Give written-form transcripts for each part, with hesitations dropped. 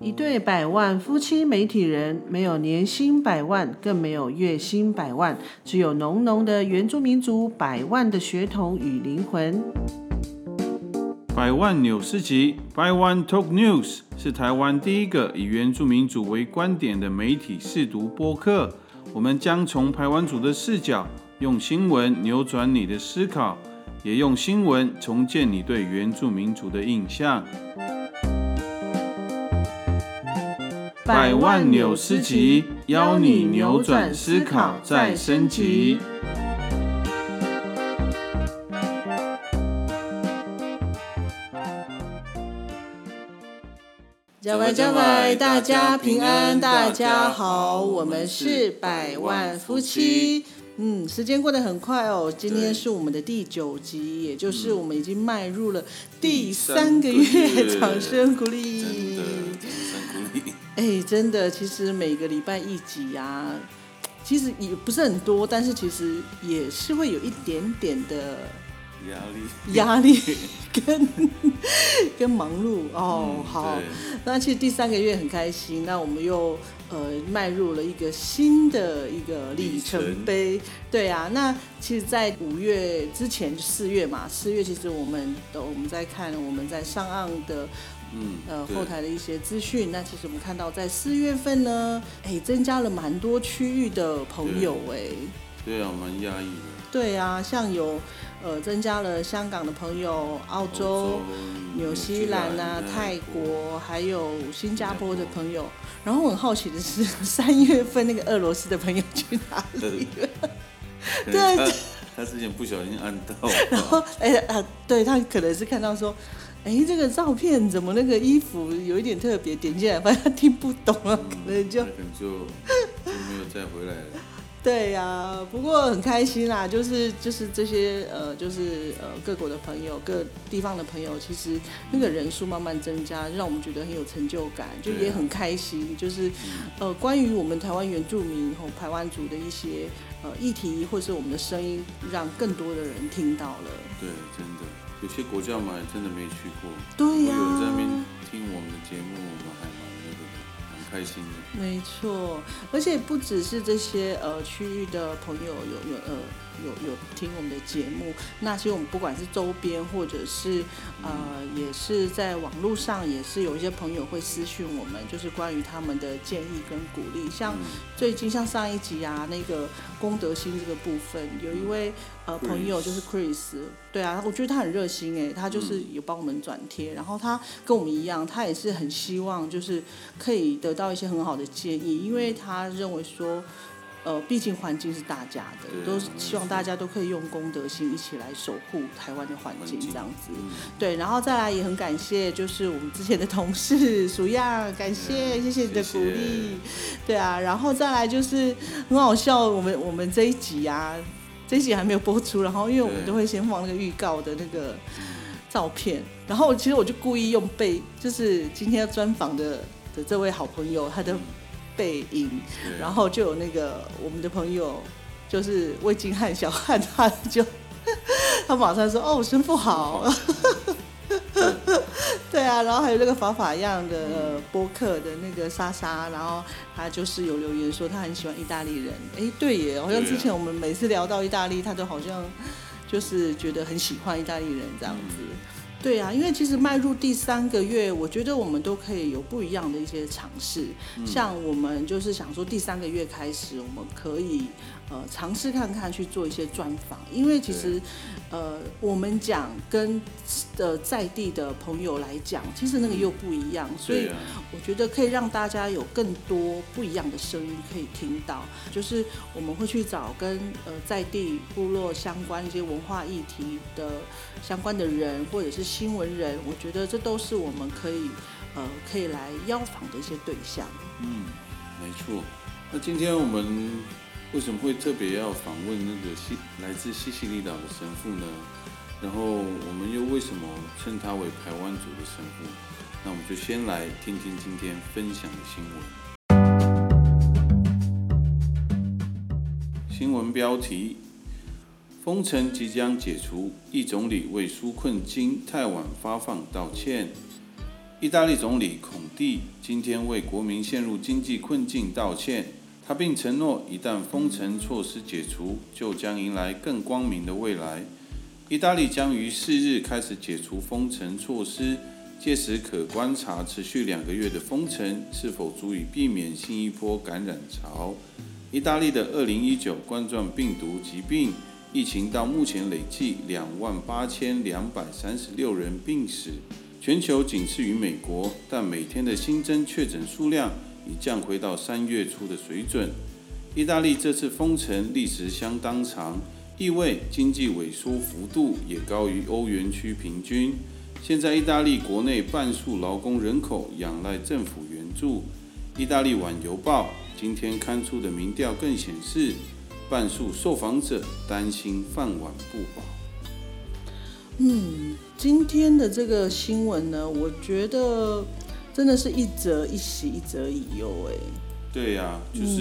一对百万夫妻媒体人，没有年薪100万，更没有月薪100万，只有浓浓的原住民族100万的血统与灵魂。 百万纽斯集 百万 Talk News 是台湾第一个以原住民族为观点的媒体识读播客。我们将从排湾族的视角，用新闻扭转你的思考，也用新闻重建你对原住民族的印象。百万纽斯集，邀你扭转思考，再升级。 加外加外，大家平安，大家好，我们是百万夫妻。时间过得很快哦，今天是我们的第9集，也就是我们已经迈入了第3个月，掌声鼓励。真的，其实每个礼拜1集啊，其实也不是很多，但是其实也是会有一点点的压力跟忙碌哦。好，那其实第3个月很开心，那我们又迈入了一个新的一个里程碑。对啊，那其实在5月之前就4月嘛，4月其实我们在看我们在上岸的后台的一些资讯。那其实我们看到在4月份呢，增加了蛮多区域的朋友。 对啊，蛮压抑的。 对啊，像有增加了香港的朋友、澳洲、纽西兰啊、泰国，还有新加坡的朋友。然后我很好奇的是，3月份那个俄罗斯的朋友去哪里了？ 对，他之前不小心按到， 然后对，他可能是看到说，这个照片怎么那个衣服有一点特别，点进来发现他听不懂了，可能就没有再回来了。 对呀，不过很开心啦，就是这些各国的朋友、各地方的朋友，其实那个人数慢慢增加，让我们觉得很有成就感，就也很开心。就是关于我们台湾原住民和排湾族的一些议题，或是我们的声音，让更多的人听到了。 对，真的，有些国家我们还真的没去过。 对呀， 有人在那边听我们的节目，我们还蛮开心的。 没错，而且不只是这些区域的朋友有听我们的节目，那其实我们不管是周边或者是也是在网络上，也是有一些朋友会私讯我们，就是关于他们的建议跟鼓励。像最近像上一集啊，那个公德心这个部分，有一位朋友就是 Chris， 对啊，我觉得他很热心他就是有帮我们转贴，然后他跟我们一样，他也是很希望就是可以得到一些很好的建议，因为他认为说毕竟环境是大家的，都希望大家都可以用公德心一起来守护台湾的环境这样子。对，然后再来也很感谢，就是我们之前的同事鼠样，感谢，谢谢你的鼓励。对啊，然后再来就是很好笑，我们这一集啊，这一集还没有播出，然后因为我们都会先放那个预告的那个照片，然后其实我就故意用就是今天要专访的这位好朋友他的背影，然后就有那个我们的朋友就是魏金汉小汉，他马上说哦，神父好。对啊，然后还有那个法法样的播客的那个莎莎，然后他就是有留言说他很喜欢意大利人。对耶，好像之前我们每次聊到意大利，他都好像就是觉得很喜欢意大利人这样子。对啊，因为其实迈入第3个月，我觉得我们都可以有不一样的一些尝试。像我们就是想说，第3个月开始，我们可以尝试看看去做一些专访，因为其实我们讲跟在地的朋友来讲，其实那个又不一样，所以我觉得可以让大家有更多不一样的声音可以听到。就是我们会去找跟在地部落相关一些文化议题的相关的人，或者是新闻人，我觉得这都是我们可以来邀访的一些对象。 没错。那今天我们为什么会特别要访问那个来自西西里岛的神父呢？然后我们又为什么称他为排湾族的神父？那我们就先来听听今天分享的新闻。新闻标题：封城即将解除，议总理为纾困金太晚发放道歉。 意大利总理孔蒂今天为国民陷入经济困境道歉，他并承诺，一旦封城措施解除，就将迎来更光明的未来。意大利将于4日开始解除封城措施，届时可观察持续2个月的封城是否足以避免新一波感染潮。意大利的2019冠状病毒疾病疫情到目前累计28236人病死，全球仅次于美国，但每天的新增确诊数量已降回到3月初的水准。意大利这次封城历时相当长，意味经济萎缩幅度也高于欧元区平均。现在意大利国内半数劳工人口仰赖政府援助。意大利晚邮报今天刊出的民调更显示，半数受访者担心饭碗不保。 今天的这个新闻呢，我觉得真的是一则一喜，一则以忧。 对呀，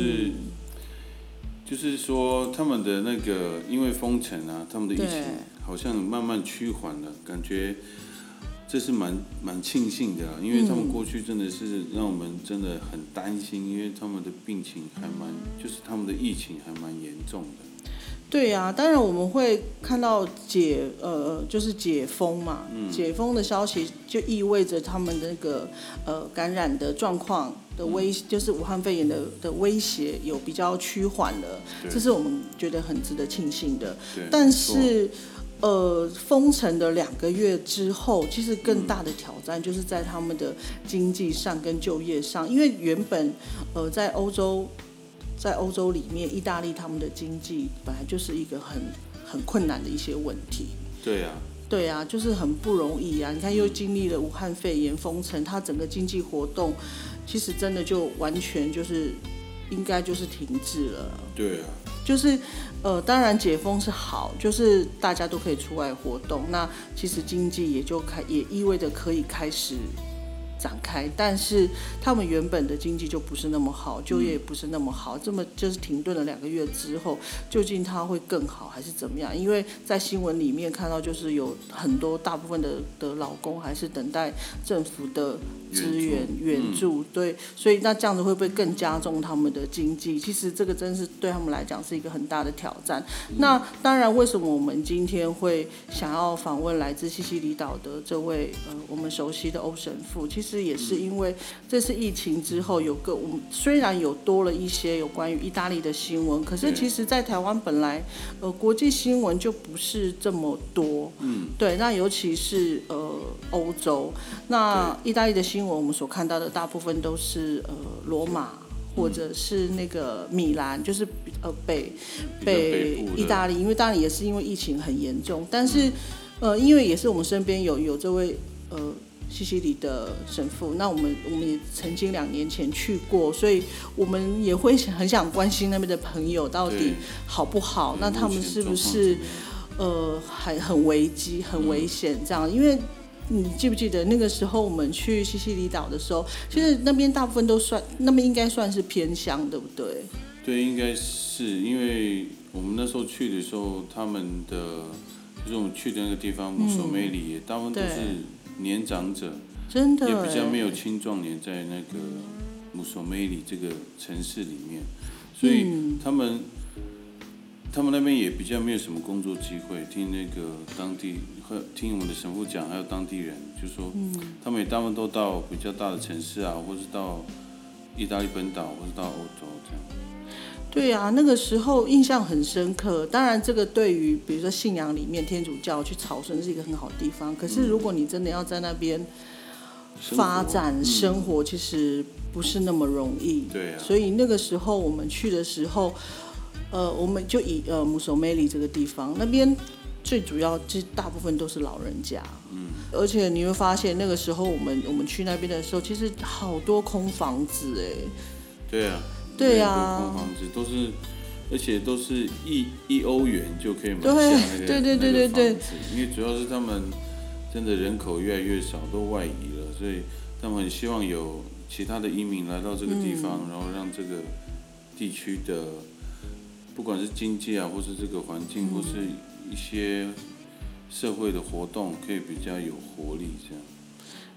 就是说他们的那个因为封城啊，他们的疫情好像慢慢趋缓了，感觉这是蛮庆幸的，因为他们过去真的是让我们真的很担心，因为他们的病情就是他们的疫情还蛮严重的。 对啊，当然我们会看到就是解封嘛，解封的消息就意味着他们那个感染的状况的就是武汉肺炎的威胁有比较趋缓了，这是我们觉得很值得庆幸的。但是封城的2个月之后，其实更大的挑战就是在他们的经济上跟就业上，因为原本在欧洲里面，意大利他们的经济本来就是一个很困难的一些问题。对啊，就是很不容易啊！你看，又经历了武汉肺炎封城，它整个经济活动其实真的就完全就是应该就是停滞了。 对啊， 就是当然解封是好，就是大家都可以出外活动，那其实经济也意味着可以开始展开，但是他们原本的经济就不是那么好，就业也不是那么好，这么就是停顿了2个月之后，究竟它会更好还是怎么样？因为在新闻里面看到，就是有很多大部分的劳工还是等待政府的资源援助，对，所以那这样子会不会更加重他们的经济？其实这个真是对他们来讲是一个很大的挑战。那当然，为什么我们今天会想要访问来自西西里岛的这位我们熟悉的欧神父？其实也是因为这次疫情之后，我们虽然有多了一些有关于意大利的新闻，可是其实在台湾本来国际新闻就不是这么多，对，那尤其是欧洲，那意大利的新闻我们所看到的大部分都是罗马或者是那个米兰，就是北意大利，因为当然也是因为疫情很严重，但是因为也是我们身边有这位西西里的神父，那我们也曾经2年前去过，所以我们也会很想关心那边的朋友到底好不好，那他们是不是很危机、很危险这样？因为你记不记得那个时候我们去西西里岛的时候，其实那边大部分那边应该算是偏乡，对不对？ 对，应该是，因为我们那时候去的时候，他们的就是我们去的那个地方姆索梅里也大部分都是年长者， 真的也比较没有青壮年在那个姆索梅里这个城市里面，所以他们那边也比较没有什么工作机会。听那个听我们的神父讲，还有当地人就说，他们也大部分都到比较大的城市啊，或是到意大利本岛，或是到欧洲这样。 对啊，那个时候印象很深刻。当然，这个对于比如说信仰里面天主教去朝圣是一个很好的地方。可是，如果你真的要在那边发展生活，其实不是那么容易。 对啊。 所以那个时候我们去的时候，我们就以姆索梅里这个地方，那边最主要就大部分都是老人家。而且你会发现，那个时候我们去那边的时候，其实好多空房子哎。 对啊。 对啊， 空房子都是，而且都是1欧元就可以买下那个房子，因为主要是他们真的人口越来越少，都外移了，所以他们很希望有其他的移民来到这个地方，然后让这个地区的不管是经济啊，或是这个环境，或是一些社会的活动，可以比较有活力这样。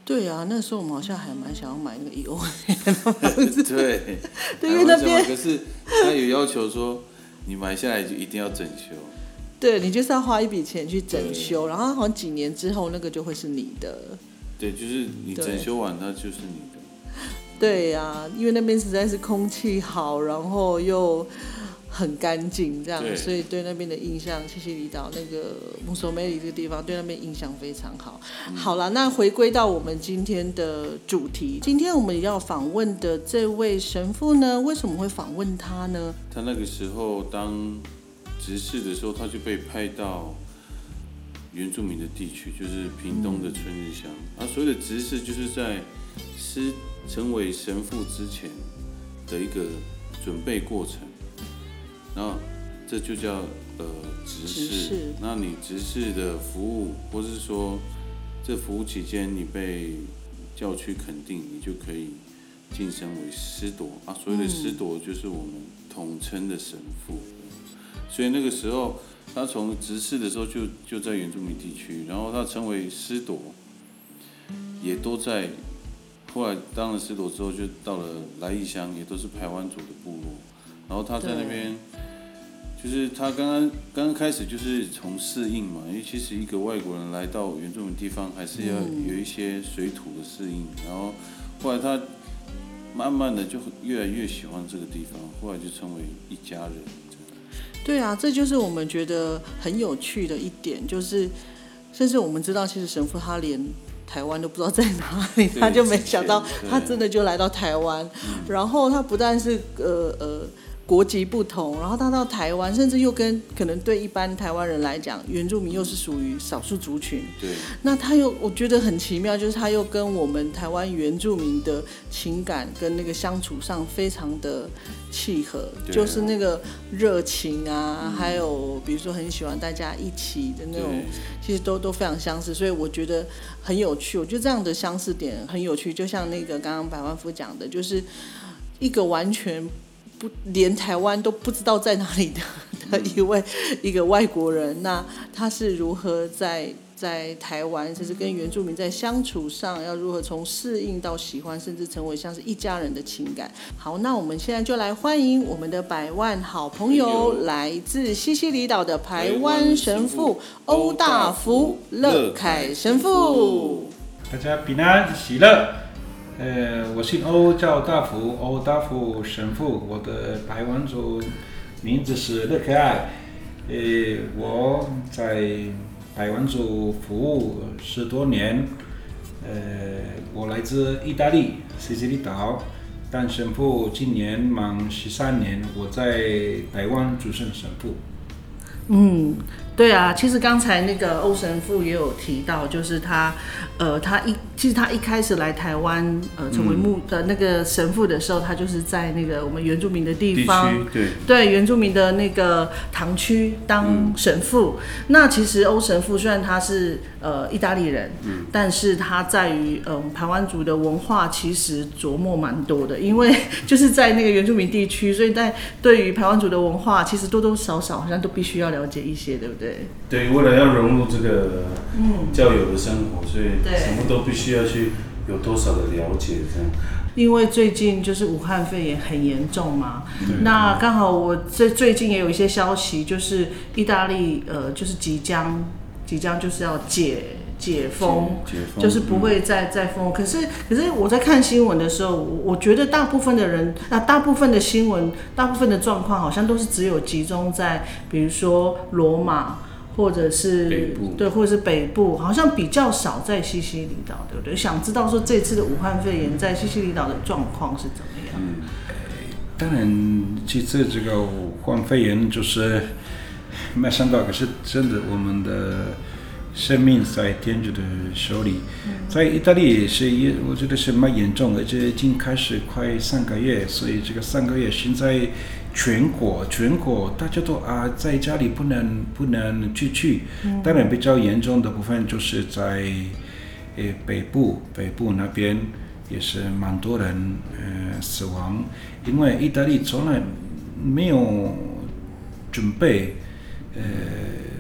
对啊，那时候我们好像还蛮想要买那个1欧的房子。 对， 对，因为那边可是他有要求说，你买下来就一定要整修。 对，你就是要花一笔钱去整修，然后好像几年之后那个就会是你的。 对，就是你整修完它就是你的。 对呀、因为那边实在是空气好，然后又很干净，这样，所以对那边的印象，西西里岛那个木索梅里这个地方，对那边印象非常好。好了，那回归到我们今天的主题，今天我们要访问的这位神父呢，为什么会访问他呢？ 他那个时候当执事的时候，他就被派到原住民的地区，就是屏东的春日乡。所谓的执事，就是在成为神父之前的一个准备过程。然后这就叫执事。那你执事的服务，或是说这服务期间你被教区肯定，你就可以晋升为司铎所谓的司铎就是我们统称的神父。所以那个时候他从执事的时候就在原住民地区，然后他成为司铎，也都在。后来当了司铎之后，就到了来义乡，也都是排湾族的部落。然后他在那边，就是他刚刚开始就是从适应嘛，因为其实一个外国人来到原住民地方，还是要有一些水土的适应。然后后来他慢慢的就越来越喜欢这个地方，后来就成为一家人。 对啊，这就是我们觉得很有趣的一点，就是甚至我们知道，其实神父他连台湾都不知道在哪里，他就没想到他真的就来到台湾，然后他不但是国籍不同，然后他到台湾，甚至又跟可能对一般台湾人来讲，原住民又是属于少数族群。 对。 那他又我觉得很奇妙，就是他又跟我们台湾原住民的情感跟那个相处上非常的契合，就是那个热情还有比如说很喜欢大家一起的那种，其实都非常相似，所以我觉得很有趣。我觉得这样的相似点很有趣，就像那个刚刚百万夫讲的，就是一个完全连台湾都不知道在哪里的一个外国人，那他是如何在台湾，甚至跟原住民在相处上，要如何从适应到喜欢，甚至成为像是一家人的情感。好，那我们现在就来欢迎我们的百万好朋友，来自西西里岛的排湾神父欧大福乐凯神父。 大家平安喜乐。我姓欧，叫大福，欧大福神父。我的排湾族名字是乐可爱。我在排湾族服务10多年。我来自意大利西西里岛，当神父今年满13年。我在台湾主圣神父。 对啊，其实刚才那个欧神父也有提到，就是其实他一开始来台湾，成为那个神父的时候，他就是在那个我们原住民的地方，对原住民的那个堂区当神父。那其实欧神父虽然他是意大利人，但是他在于排湾族的文化其实琢磨蛮多的，因为就是在那个原住民地区，所以对于排湾族的文化，其实多多少少好像都必须要了解一些，对不对？ 对，为了要融入这个教友的生活，所以什么都必须要去有多少的了解这样。 因为最近就是武汉肺炎很严重嘛，那刚好我最近也有一些消息，就是意大利就是即将就是要解封，就是不会再封。可是我在看新闻的时候，我觉得大部分的人大部分的新闻，大部分的状况好像都是只有集中在比如说罗马或者是北部， 对，或者是北部，好像比较少在西西里岛，对不对？想知道说这次的武汉肺炎在西西里岛的状况是怎么样？ 当然，其实这个武汉肺炎就是没想到，可是真的我们的生命在天主的手里。在意大利我觉得是蛮严重的，而且已经开始快3个月，所以这个3个月现在全国大家都在家里不能出去。当然比较严重的部分就是在北部那边也是蛮多人死亡，因为意大利从来没有准备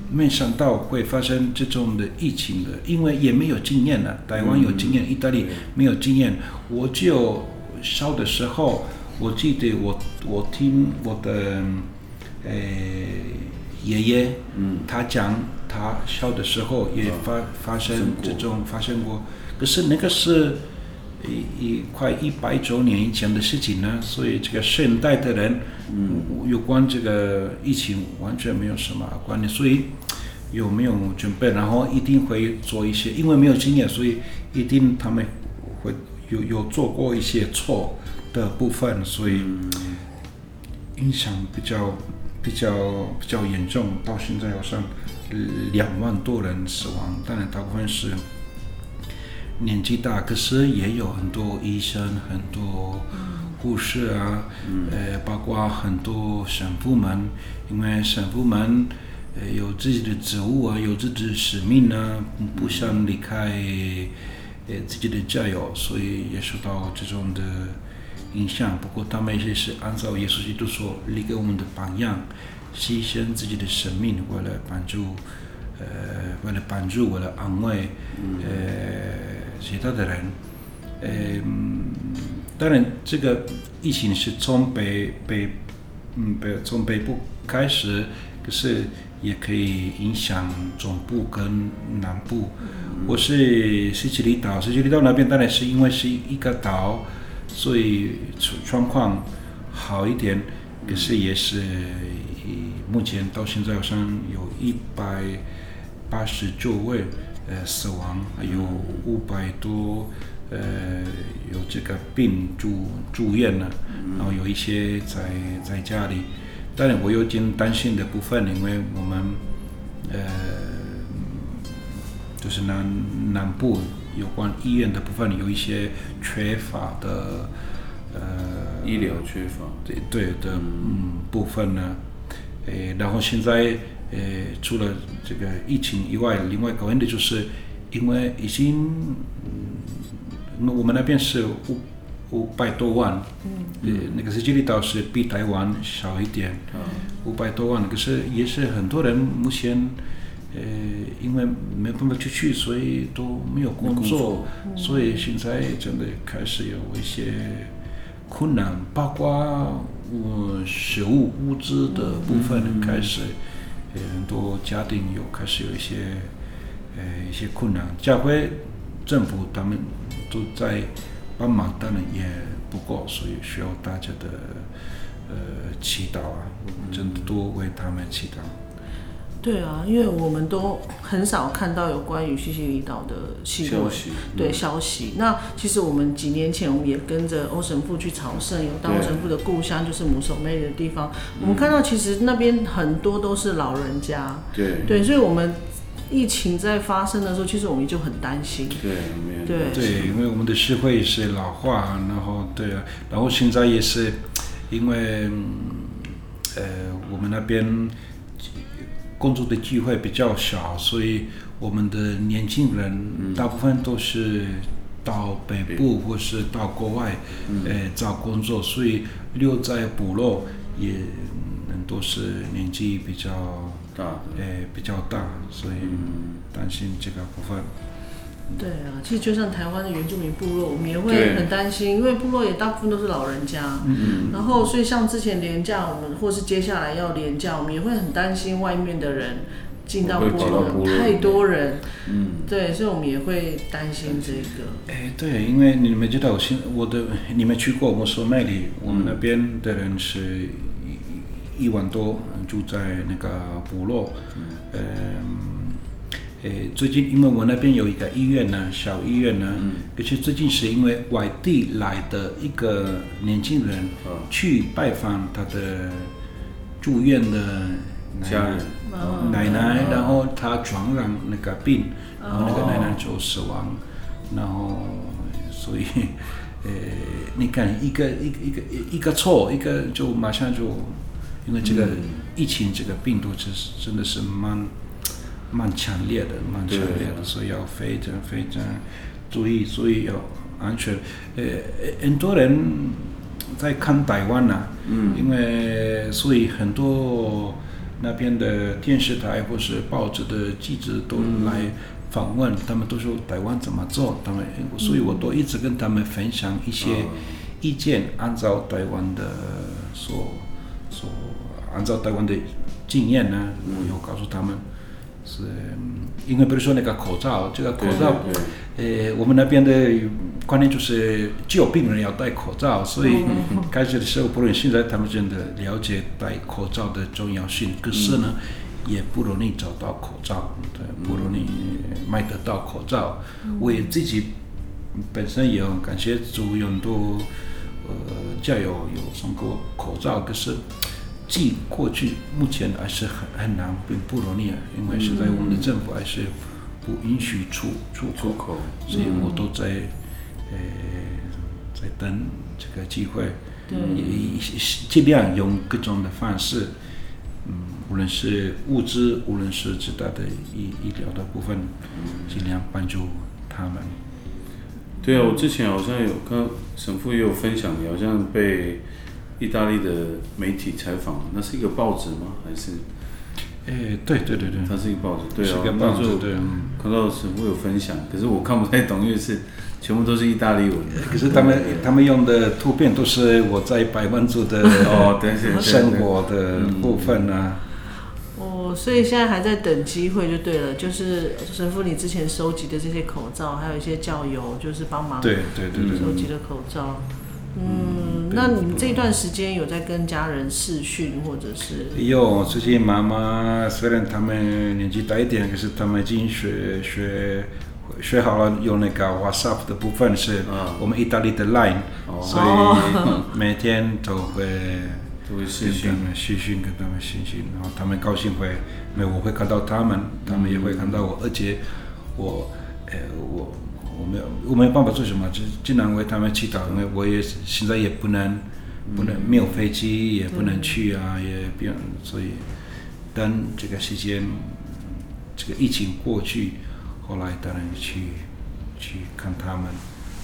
没想到会发生这种的疫情的，因为也没有经验了。台湾有经验，意大利没有经验。我只有小的时候，我记得我听我的爷爷，他讲他小的时候也发生过，可是那个是快100周年以前的事情呢，所以这个现代的人，有关这个疫情完全没有什么观念，所以有没有准备，然后一定会做一些，因为没有经验，所以一定他们会有做过一些错的部分，所以影响比较严重，到现在好像2万多人死亡，当然大部分是年纪大，可是也有很多医生、很多护士啊，包括很多神父们，因为神父们有自己的职务啊，有自己的使命啊，不想离开自己的家友，所以也受到这种的影响。不过他们也是按照耶稣基督说，立给我们的榜样，牺牲自己的生命，为了帮助，为了安慰其他的人。当然，这个疫情是从北部开始，可是也可以影响中部跟南部。我是西西里岛那边当然是因为是一个岛，所以状况好一点，可是也是目前到现在好像有189位死亡，还有500多有这个病住院了，然后有一些在家里。当然我有点担心的部分，因为我们就是南部有关医院的部分有一些缺乏的医疗缺乏对的部分呢。然后现在除了这个疫情以外，另外一个问题就是因为已经我们那边是500多万，那个西西里岛是比台湾小一点，500多万，可是也是很多人目前因为没有办法出去，所以都没有工作，所以现在真的开始有一些困难，包括食物物资的部分开始，很多家庭开始有一些困难，教会政府他们都在帮忙，当然也不够，所以需要大家的祈祷啊，真的多为他们祈祷。 对啊，因为我们都很少看到有关于西西里岛的新闻，消息。那其实我们几年前我们也跟着欧神父去朝圣，有到欧神父的故乡，就是母手妹的地方。我们看到其实那边很多都是老人家，对，所以我们疫情在发生的时候，其实我们就很担心。 对，因为我们的社会是老化，然后现在也是因为我们那边工作的机会比较少，所以我们的年轻人大部分都是到北部或是到国外找工作，所以留在部落也都是年纪比较大，所以担心这个部分。 对啊，其实就像台湾的原住民部落，我们也会很担心，因为部落也大部分都是老人家，然后所以像之前连假，我们或是接下来要连假，我们也会很担心外面的人进到部落太多人，对，所以我们也会担心这个。 对，因为你们知道，你们去过我说那里，我们那边的人是1万多住在那个部落，最近因为我那边有一个医院呢，小医院呢，而且最近是因为外地来的一个年轻人去拜访他的住院的家人奶奶，然后他传染那个病，然后那个奶奶就死亡，然后所以你看一个错，一个就马上就因为这个疫情这个病毒真的是蛮强烈的，所以要非常非常注意，所以要安全。很多人在看台湾因为所以很多那边的电视台或是报纸的记者都来访问，他们都说台湾怎么做，所以我都一直跟他们分享一些意见，按照台湾的按照台湾的经验呢，我有告诉他们。是，因为比如说那个口罩，这个口罩，我们那边的观念就是只有病人要戴口罩，所以开始的时候，不论现在他们真的了解戴口罩的重要性，可是呢，也不容易找到口罩，对，不容易买得到口罩。我也自己本身也很感谢主，有很多家友有送过口罩，可是。寄过去目前还是很难，并不容易，因为现在我们的政府还是不允许出口，所以我都在等这个机会，也尽量用各种的方式，无论是物资，无论是其他的医疗的部分，尽量帮助他们。 对啊，我之前好像有跟神父也有分享，你好像被意大利的媒体采访，那是一个报纸吗？还是？ 对， 它是一个报纸，对啊， 是一个报纸，对。 看到神父有分享，可是我看不太懂，因为全部都是意大利文。 可是他们用的图片都是我在百万族的生活的部分啊。 所以现在还在等机会就对了，就是神父你之前收集的这些口罩，还有一些教友就是帮忙对收集的口罩。那你们这一段时间有在跟家人视讯或者是？ 有，最近妈妈虽然他们年纪大一点，可是他们已经学好了用那个 WhatsApp 的部分，是我们意大利的 Line，所以每天都会视讯跟他们视讯，然后他们高兴我会看到他们，他们也会看到我，而且我没有办法做什么，就尽量为他们祈祷，因为我也现在也不能没有飞机，也不能去啊，也不用，所以等这个时间，这个疫情过去，后来当然去看他们。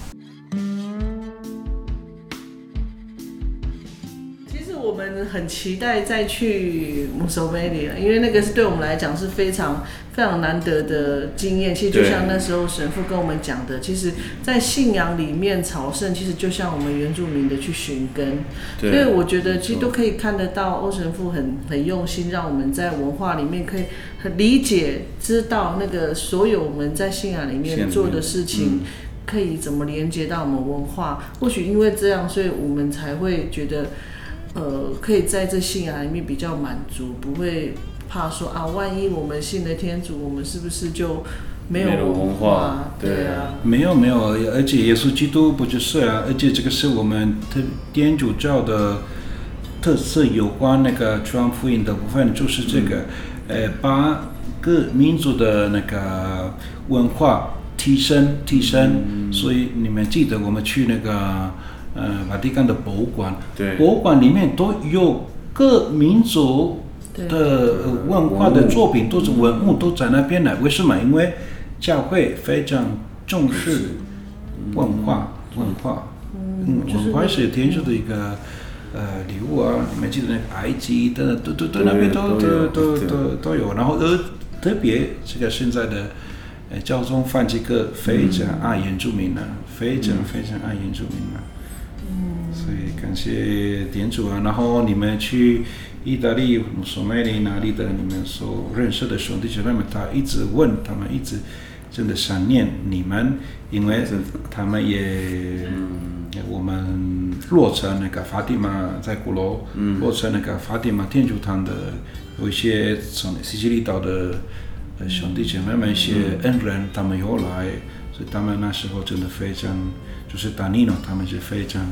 我们很期待再去穆索梅里了，因为那个是对我们来讲是非常非常难得的经验。其实就像那时候神父跟我们讲的，其实，在信仰里面朝圣，其实就像我们原住民的去寻根。所以我觉得其实都可以看得到欧神父很用心，让我们在文化里面可以很理解、知道那个所有我们在信仰里面做的事情。可以怎么连接到我们文化？或许因为这样，所以我们才会觉得。可以在这信仰里面比较满足，不会怕说啊，万一我们信了天主，我们是不是就没有文化？对啊， 没有，而且耶稣基督不就是啊？而且这个是我们天主教的特色，有关那个传福音的部分，就是这个，把各民族的那个文化提升，所以你们记得我们去那个。梵蒂冈的博物馆，博物馆里面都有各民族的文化的作品，都是文物都在那边呢。为什么？因为教会非常重视文化，文化是天主的一个礼物啊。你们记得那个埃及的都那边都有。然后特别这个现在的教宗梵蒂冈非常爱原住民啊，非常爱原住民啊。所以感谢天主啊！然后你们去意大利、穆索梅里哪里的你们所认识的兄弟姐妹们，他一直问，他们一直真的想念你们，因为他们也我们落成那个法蒂玛在鼓楼落成那个法蒂玛天主堂的有一些从西西里岛的兄弟姐妹们一些恩人，他们有来，所以他们那时候真的非常，就是达尼诺他们是非常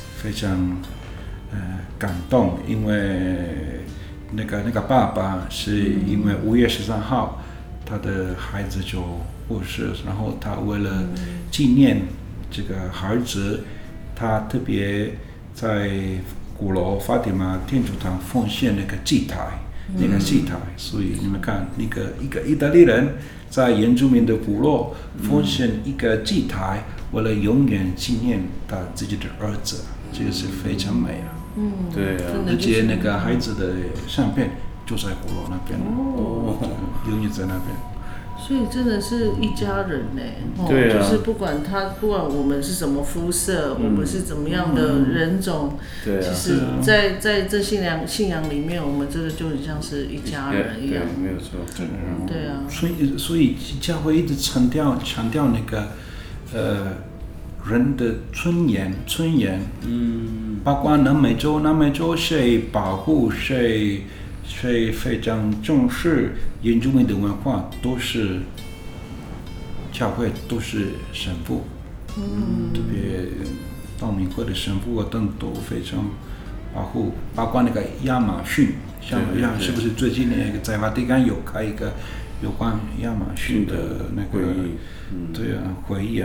感动，因为那个爸爸是因为5月13号他的孩子就过世，然后他为了纪念这个孩子，他特别在鼓楼法蒂玛天主堂奉献那个祭台，所以你们看，一个意大利人在原住民的部落奉献一个祭台，为了永远纪念他自己的儿子。这个是非常美啊， 对啊， 而且那个孩子的相片就在鼓楼那边，永远在那边。 所以真的是一家人呢， 对啊， 就是不管我们是什么肤色，我们是怎么样的人种， 对啊， 其实在这信仰里面，我们真的就很像是一家人一样， 对，没有错， 对啊。 所以教会一直强调那个人的尊严，包括南美洲谁保护谁非常重视原住民的文化，都是教会，都是神父，特别道明会的神父等都非常保护，包括那个亚马逊，是不是最近那个在梵蒂冈有开一个有关亚马逊的那个会议？对啊，会议啊。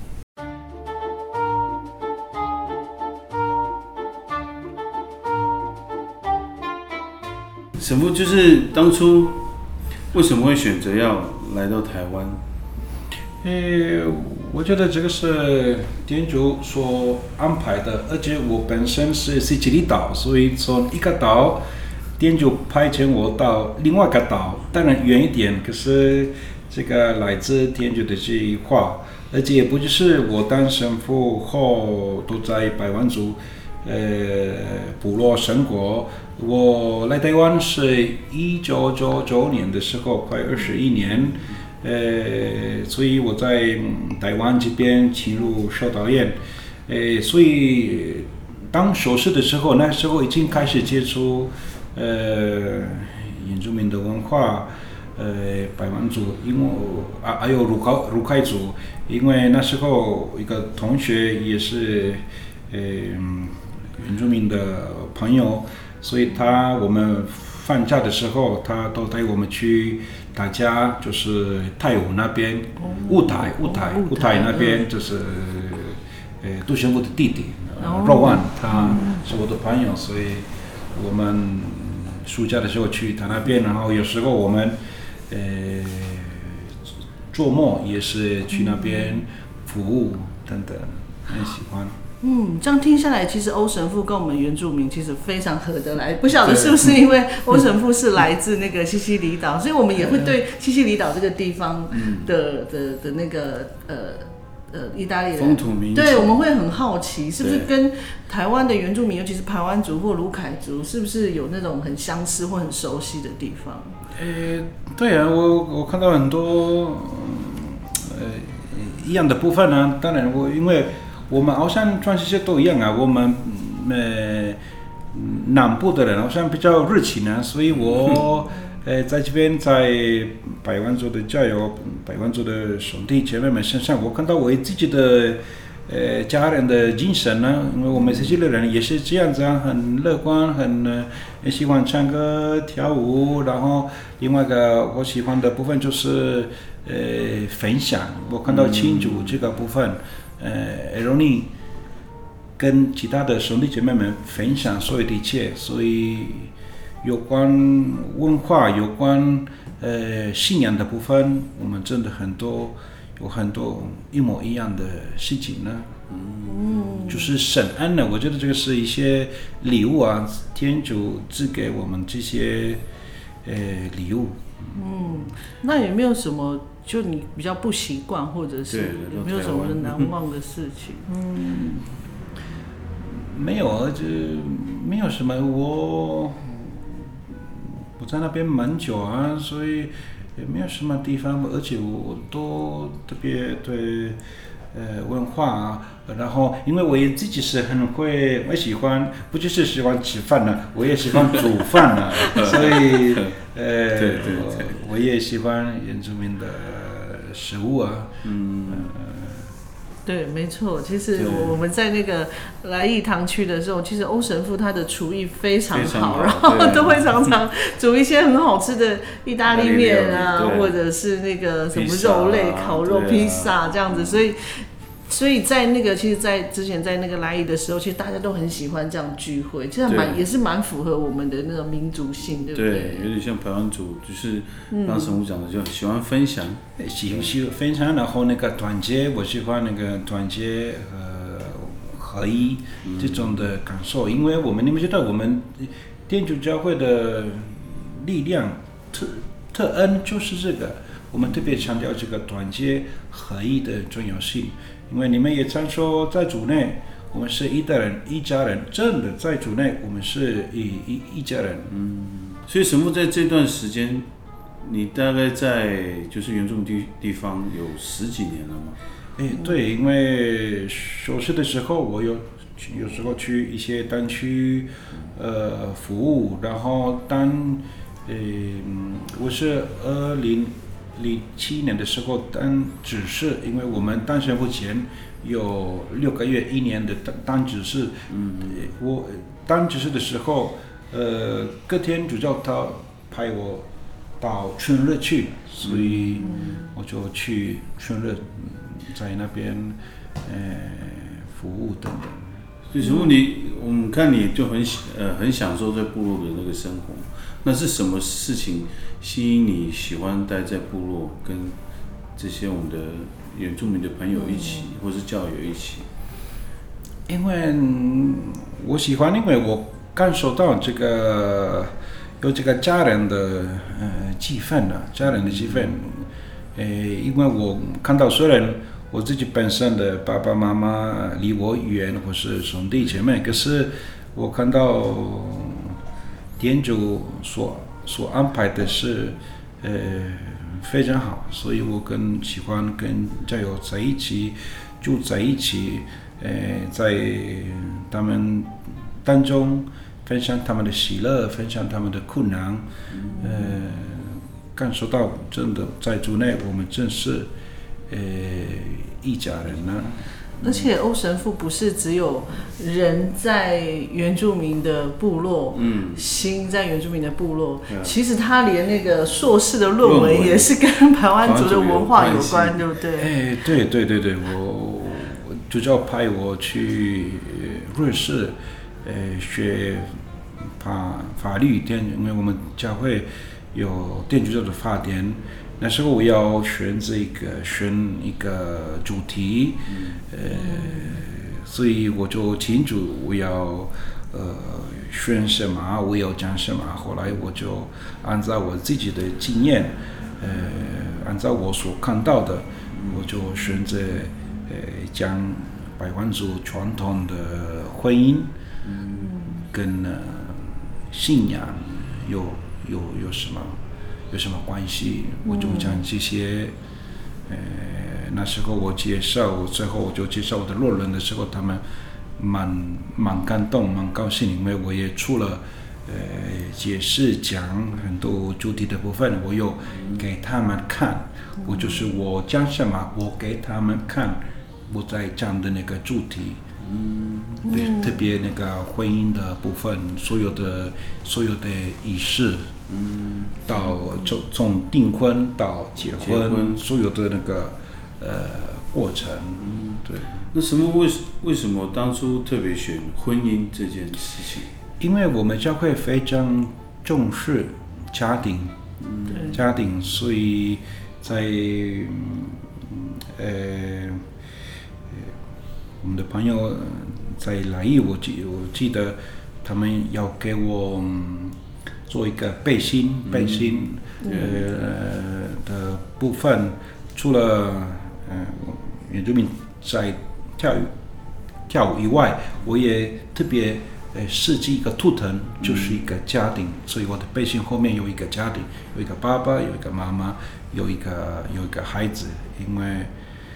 神父就是当初为什么会选择要来到台湾？ 我觉得这个是天主所安排的，而且我本身是西西里岛，所以从一个岛，天主派遣我到另外一个岛，当然远一点，可是这个来自天主的计划，而且也不就是我当神父后都在百万族部落生活。我来台湾是1999年的时候，快21年，所以我在台湾这边进入修道院，所以当硕士的时候，那时候已经开始接触原住民的文化，百万族，因为还有鲁凯族，因为那时候一个同学也是原住民的朋友。所以我们放假的时候，他都带我们去大家就是泰武那边，雾台那边就是杜神父的弟弟肉万，他是我的朋友，所以我们暑假的时候去他那边，然后有时候我们周末也是去那边服务等等，很喜欢。 这样听下来，其实欧神父跟我们原住民其实非常合得来。不晓得是不是因为欧神父是来自那个西西里岛，所以我们也会对西西里岛这个地方的那个意大利人风土民情， 对，我们会很好奇，是不是跟台湾的原住民，尤其是排湾族或鲁凯族，是不是有那种很相似或很熟悉的地方？ 对啊，我看到很多一样的部分呢。当然因为我们好像全世界都一样啊，我们南部的人好像比较热情啊，所以我在这边在百万族的教友、百万族的兄弟姐妹们身上，我看到我自己的家人的精神呢，因为我们这些人也是这样子啊，很乐观，很喜欢唱歌跳舞，然后另外一个我喜欢的部分就是分享，我看到庆祝这个部分。容易跟其他的兄弟姐妹们分享所有的一切，所以有关文化、有关信仰的部分，我们真的有很多一模一样的事情呢。就是神安呢，我觉得这个是一些礼物啊，天主赐给我们这些礼物。 那有没有什么就你比较不习惯，或者是有没有什么难忘的事情？ 没有，就没有什么。我在那边蛮久啊，所以也没有什么地方，而且我都特别对文化啊。然后，因为我也自己是我喜欢，不就是喜欢吃饭呢，我也喜欢煮饭呢，所以对，我也喜欢原住民的食物啊。 对，没错。其实我们在那个来义堂区的时候，其实欧神父他的厨艺非常好，然后都会常常煮一些很好吃的意大利面啊，或者是那个什么肉类、烤肉、披萨这样子，所以在那个，其实，在之前在那个来义的时候，其实大家都很喜欢这样聚会，这样也是蛮符合我们的那种民族性，对不对？ 对，有点像排湾族，就是刚神父讲的，就喜欢分享， 喜欢分享，然后那个团结，我喜欢那个团结合一这种的感受，因为你们知道，我们天主教会的力量特恩就是这个，我们特别强调这个团结合一的重要性，因为你们也常说在主内我们是一家人，真的在主内我们是一家人。 所以神父在这段时间，你大概在就是原住民地方有10几年了吗？ 对，因为熟识的时候，我有时候去一些单区服务，然后我是2007年的时候当执事，因为我们当神父前有6个月1年的当执事。我当执事的时候，隔天主教他派我到春日去，所以我就去春日，在那边服务等等。 所以神父我们看你就很享受在部落的那个生活，那是什么事情吸引你喜欢待在部落，跟这些我们的原住民的朋友一起，或是教友一起？ 因为我喜欢，因为我感受到这个有这个家人的气氛啊，家人的气氛。因为我看到虽然我自己本身的爸爸妈妈离我远，或是兄弟姐妹，可是我看到天主所安排的是非常好，所以我更喜欢跟教友在一起，住在一起，在他们当中分享他们的喜乐，分享他们的困难，感受到真的在主内我们真是一家人呢。 而且欧神父不是只有人在原住民的部落，心在原住民的部落，其实他连那个硕士的论文也是跟排湾族的文化有关，对不对？ 对，我主教派我去瑞士，学法律，因为我们教会有天主教的法典。那时候我要选一个主题，所以我就清楚我要选什么，我要讲什么。后来我就按照我自己的经验，按照我所看到的，我就选择讲排湾族传统的婚姻跟信仰有什么关系？我就讲这些。那时候最后我就介绍我的论文的时候，他们蛮感动，蛮高兴，因为我也出了解释讲很多主题的部分，我有给他们看，我讲什么，我给他们看我在讲的那个主题。特别那个婚姻的部分，所有的仪式，到从订婚到结婚，所有的那个过程，对。 那为什么当初特别选婚姻这件事情？ 因为我们教会非常重视家庭，所以在我们的朋友在来意，我记得他们要给我做一个背心的部分，除了原住民在跳舞以外，我也特别设计一个图腾，就是一个家庭，所以我的背心后面有一个家庭，有一个爸爸，有一个妈妈，有一个孩子，因为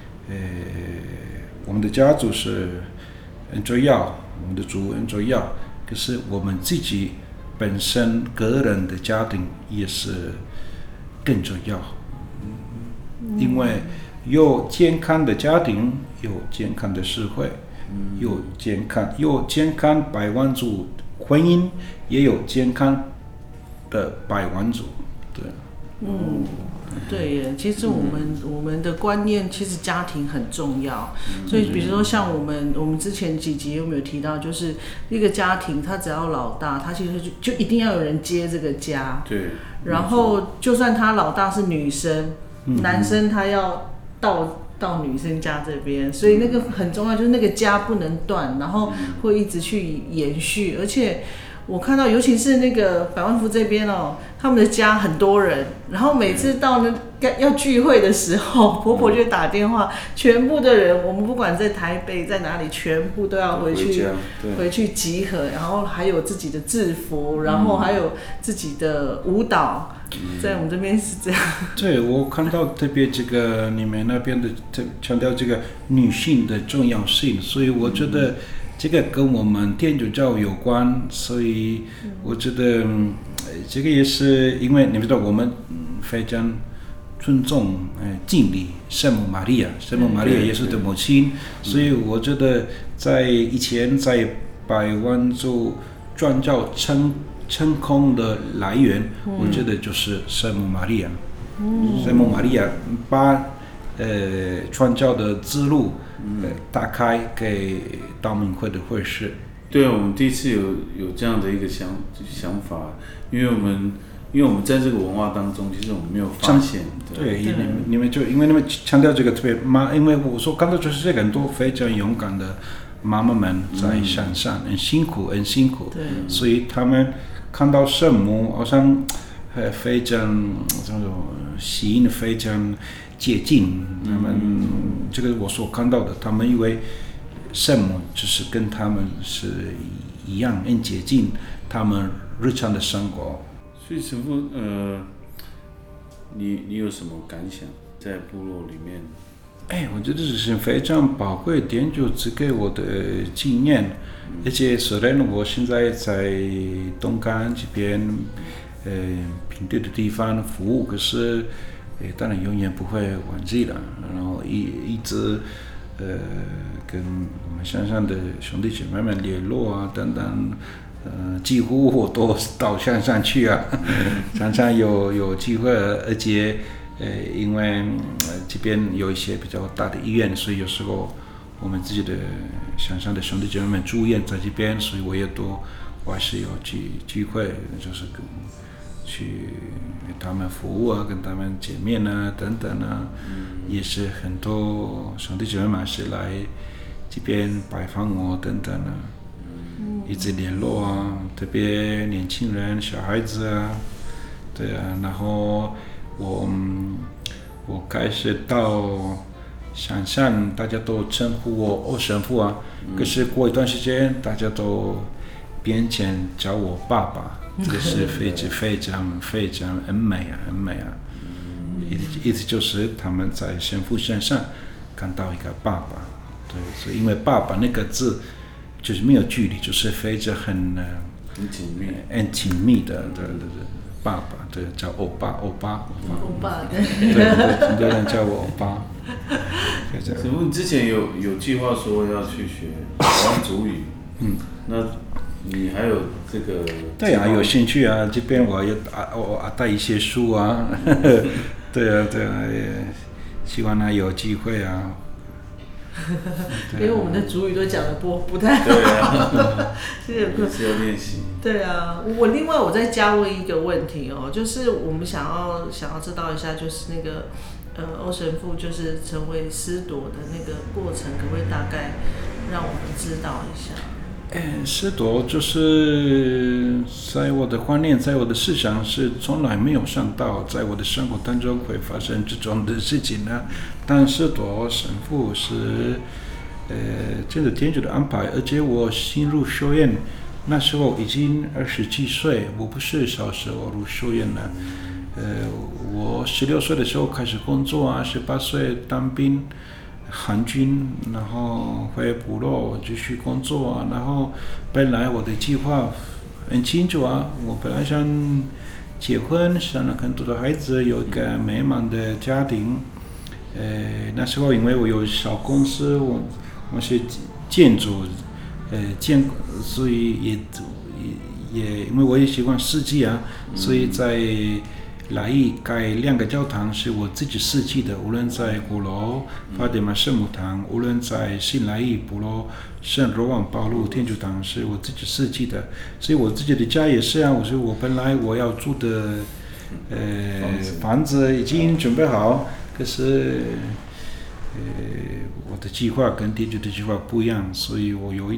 我们的家族是很重要，我们的族很重要，可是我们自己本身个人的家庭也是更重要，因为有健康的家庭，有健康的社会，有健康排湾族婚姻，也有健康的排湾族，对。 对耶，其实我们的观念，其实家庭很重要。所以比如说像我们之前几集有没有提到，就是一个家庭，他只要老大，他其实就一定要有人接这个家。 对。 然后就算他老大是女生，男生他要到女生家这边，所以那个很重要，就是那个家不能断，然后会一直去延续。而且我看到，尤其是那个百万福这边哦，他们的家很多人，然后每次到要聚会的时候，婆婆就打电话，全部的人，我们不管在台北在哪里，全部都要回去集合，然后还有自己的制服，然后还有自己的舞蹈，在我们这边是这样。 对，我看到特别这个你们那边的强调这个女性的重要性，所以我觉得这个跟我们天主教有关，所以我觉得这个也是因为你们知道我们非常尊重敬礼圣母玛利亚，圣母玛利亚耶稣的母亲，所以我觉得在以前在百万族传教成功的来源，我觉得就是圣母玛利亚。圣母玛利亚把传教的之路打开给道明会的会士。 对啊，我们第一次有这样的一个想法，因为我们在这个文化当中，其实我们没有发现。 对，你们就因为你们强调这个特别因为我说看到就是这个很多非常勇敢的妈妈们在山上，很辛苦，所以他们看到圣母好像非常这种吸引，非常接近他们。这个我所看到的，他们以为圣母就是跟他们是一样，很接近他们日常的生活。 所以神父，你有什么感想在部落里面？ 我觉得这是非常宝贵的天主赐给我的经验，而且虽然我现在在东港这边平地的地方服务，可是当然永远不会忘记了，然后一直跟我们山上的兄弟姐妹们联络啊等等。几乎我都到山上去啊，常常有机会，而且因为这边有一些比较大的医院，所以有时候我们自己的山上的兄弟姐妹们住院在这边，所以我还是有机会，就是去给他们服务啊，跟他们见面啊等等啊，也是很多兄弟姐妹们是来这边拜访我等等啊。一直联络啊，特别年轻人、小孩子啊，对啊，然后我开始到山上，大家都称呼我欧神父啊，可是过一段时间，大家都变成叫我爸爸，这个是非常很美啊，意思就是他们在神父身上看到一个爸爸，对，所以因为爸爸那个字。就是没有距离，就是非常很紧密的爸爸，对，叫欧巴，对，很多人叫我欧巴。 请问你之前有计划说要去学台湾族语？那你还有这个？ 对啊，有兴趣啊，这边我带一些书啊，对啊，也希望他有机会啊。 因为我们的族语都讲的不太好， 对啊，是要练习。 对啊，另外我再加问一个问题哦，就是我们想要知道一下，就是那个欧神父就是成为司铎的那个过程，可不可以大概让我们知道一下？ 司铎就是在我的观念，在我的思想是从来没有想到，在我的生活当中会发生这种的事情呢。但司铎神父是这个天主的安排，而且我新入修院那时候已经27岁，我不是小时候入修院了。我16岁的时候开始工作啊，18岁当兵。韩军，然后回部落继续工作啊，然后本来我的计划很清楚啊，我本来想结婚，生了很多的孩子，有一个美满的家庭。那时候因为我有小公司，我是建筑，所以也因为我也喜欢设计啊，所以在来义盖2个教堂是我自己设计的，无论在鼓楼法蒂玛圣母堂，无论在新来义部落圣若望保禄天主堂是我自己设计的，所以我自己的家也是啊。我本来我要住的房子已经准备好，可是我的计划跟天主的计划不一样，所以我有一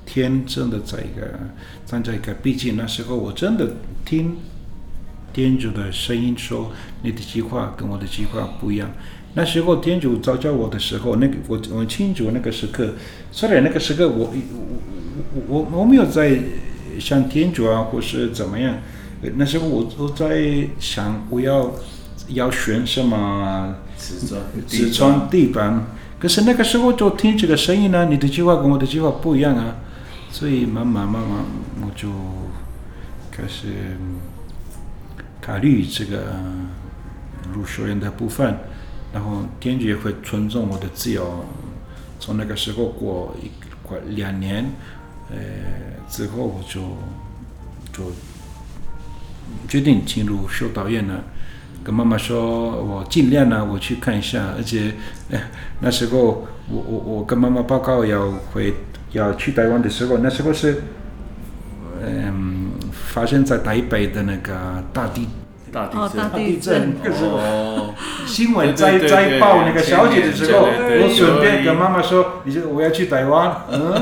天真的站在一个，毕竟那时候我真的听天主的声音说，你的计划跟我的计划不一样。那时候天主召叫我的时候，我清楚那个时刻，虽然那个时刻我没有在想天主啊，或是怎么样。那时候我在想我要选什么瓷砖地板，可是那个时候就听这个声音呢，你的计划跟我的计划不一样啊，所以慢慢我就开始考虑这个入学院的部分，然后天主也会尊重我的自由。从那个时候过2年，之后我就决定进入修道院了。跟妈妈说，我尽量我去看一下，而且那时候我跟妈妈报告要去台湾的时候，那时候是发生在台北的那个大地震，新闻在报那个消息的时候，我顺便跟妈妈说，我要去台湾。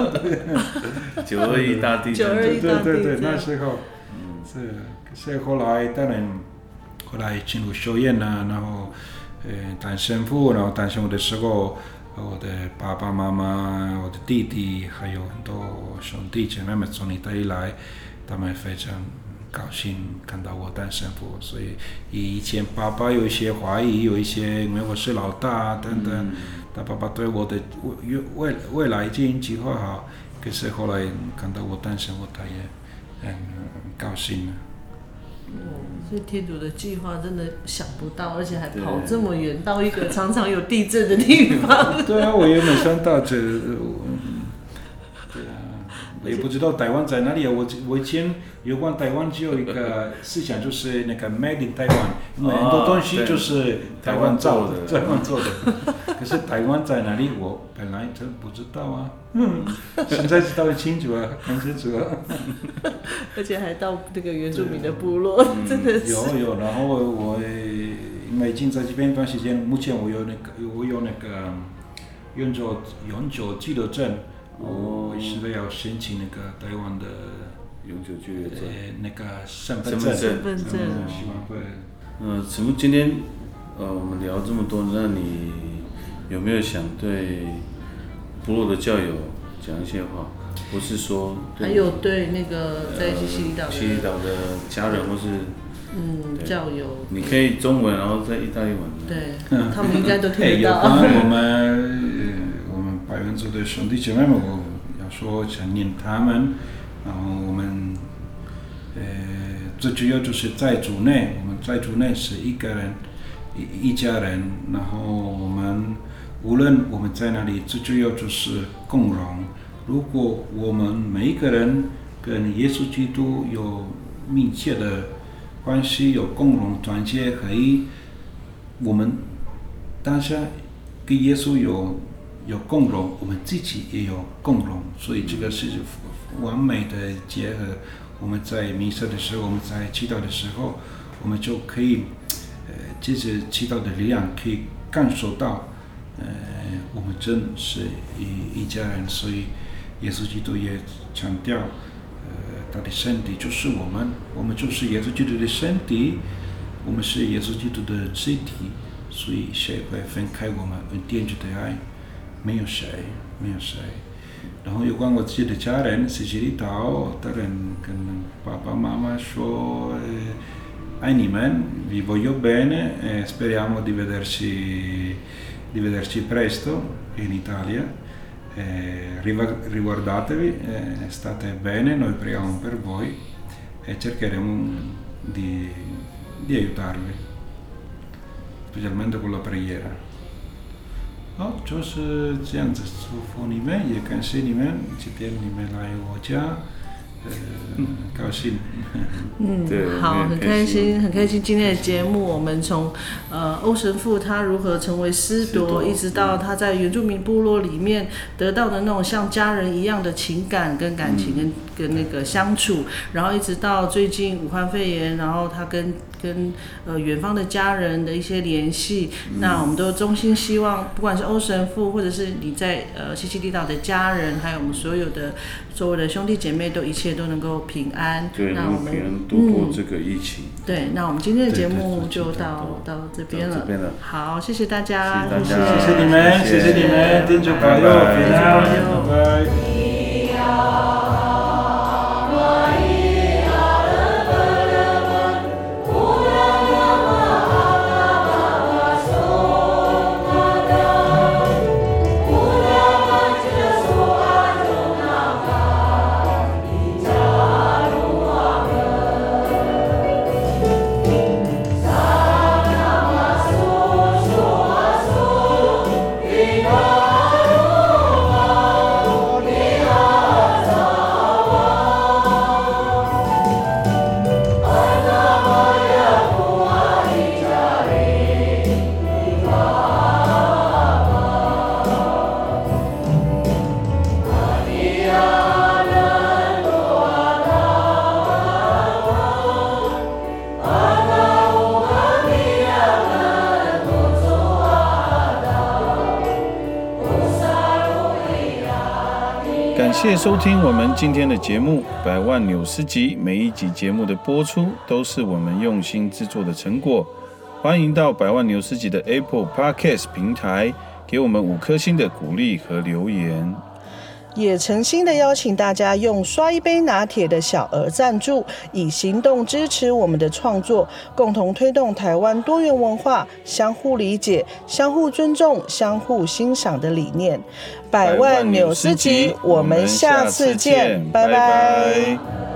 921大地震， 对，那时候是后来当然。后来进入修院了，然后当神父，然后当神父的时候，我的爸爸妈妈、我的弟弟，还有很多兄弟姐妹们从意大利来，他们非常高兴看到我当神父。所以以前爸爸有一些怀疑，有一些因为我是老大等等，他爸爸对我的未来已经计划好，可是后来看到我当神父，他也很高兴了。 所以天主的计划真的想不到，而且还跑这么远到一个常常有地震的地方。 对啊，我也没想到这，我也不知道台湾在哪里啊。我以前有关台湾只有一个思想，就是那个 Made in Taiwan， 因为很多东西就是台湾做的。可是台湾在哪里，我本来真不知道啊。现在知道清楚啊，很清楚啊。 而且还到那个原住民的部落，真的是。 有，然后我因为已经在这边一段时间，目前我有那个永久居留证。我现在要申请那个台湾的永久居留证， 那个身份证， 希望会。 子木今天我们聊这么多，那你有没有想对部落的教友讲一些话？不是说还有对那个在西里岛的家人或是教友， 你可以中文，然后在意大利文。 对，他们应该都听得到。 我们白文族的兄弟姐妹们，我要说想念他们，然后我们最主要就是在主内，我们在主内是一个人一家人，然后我们无论我们在哪里，最主要就是共荣。如果我们每一个人跟耶稣基督有密切的关系，有共荣、团结、合一，我们当下跟耶稣有共荣，我们自己也有共荣，所以这个是完美的结合。我们在弥撒的时候，我们在祈祷的时候，我们就可以借着祈祷的力量，可以感受到我们真是一家人。所以耶稣基督也强调他的身体就是我们就是耶稣基督的身体，我们是耶稣基督的肢体，所以谁会分开我们？天主的爱没有谁。然后有关我自己的家人，西西里岛的人跟爸爸妈妈说爱你们 vi voglio bene e speriamo di vederci presto in Italia. Riguardatevi, state bene, noi preghiamo per voi e cercheremo di aiutarvi, specialmente con la preghiera. 好，就是这样子，祝福你们，也感谢你们今天你们来我家， 高兴。 对， 好，很开心，很开心。今天的节目，我们从欧神父他如何成为师铎，一直到他在原住民部落里面得到的那种像家人一样的情感跟感情跟那个相处，然后一直到最近武汉肺炎，然后他跟远方的家人的一些联系，那我们都衷心希望，不管是欧神父，或者是你在西西里岛的家人，还有我们所有的周围的兄弟姐妹，都一切都能够平安。 对， 那我们平安度过这个疫情。 对，那我们今天的节目就到这边了。好，谢谢大家， 谢谢你们，谢谢你们，天主保佑，平安，拜拜。 感谢收听我们今天的节目《百万纽斯集》，每一集节目的播出都是我们用心制作的成果。欢迎到百万纽斯集的 Apple Podcast 平台给我们5颗星的鼓励和留言。 也诚心的邀请大家用刷一杯拿铁的小额赞助，以行动支持我们的创作，共同推动台湾多元文化、相互理解、相互尊重、相互欣赏的理念。百万纽斯集，我们下次见，拜拜。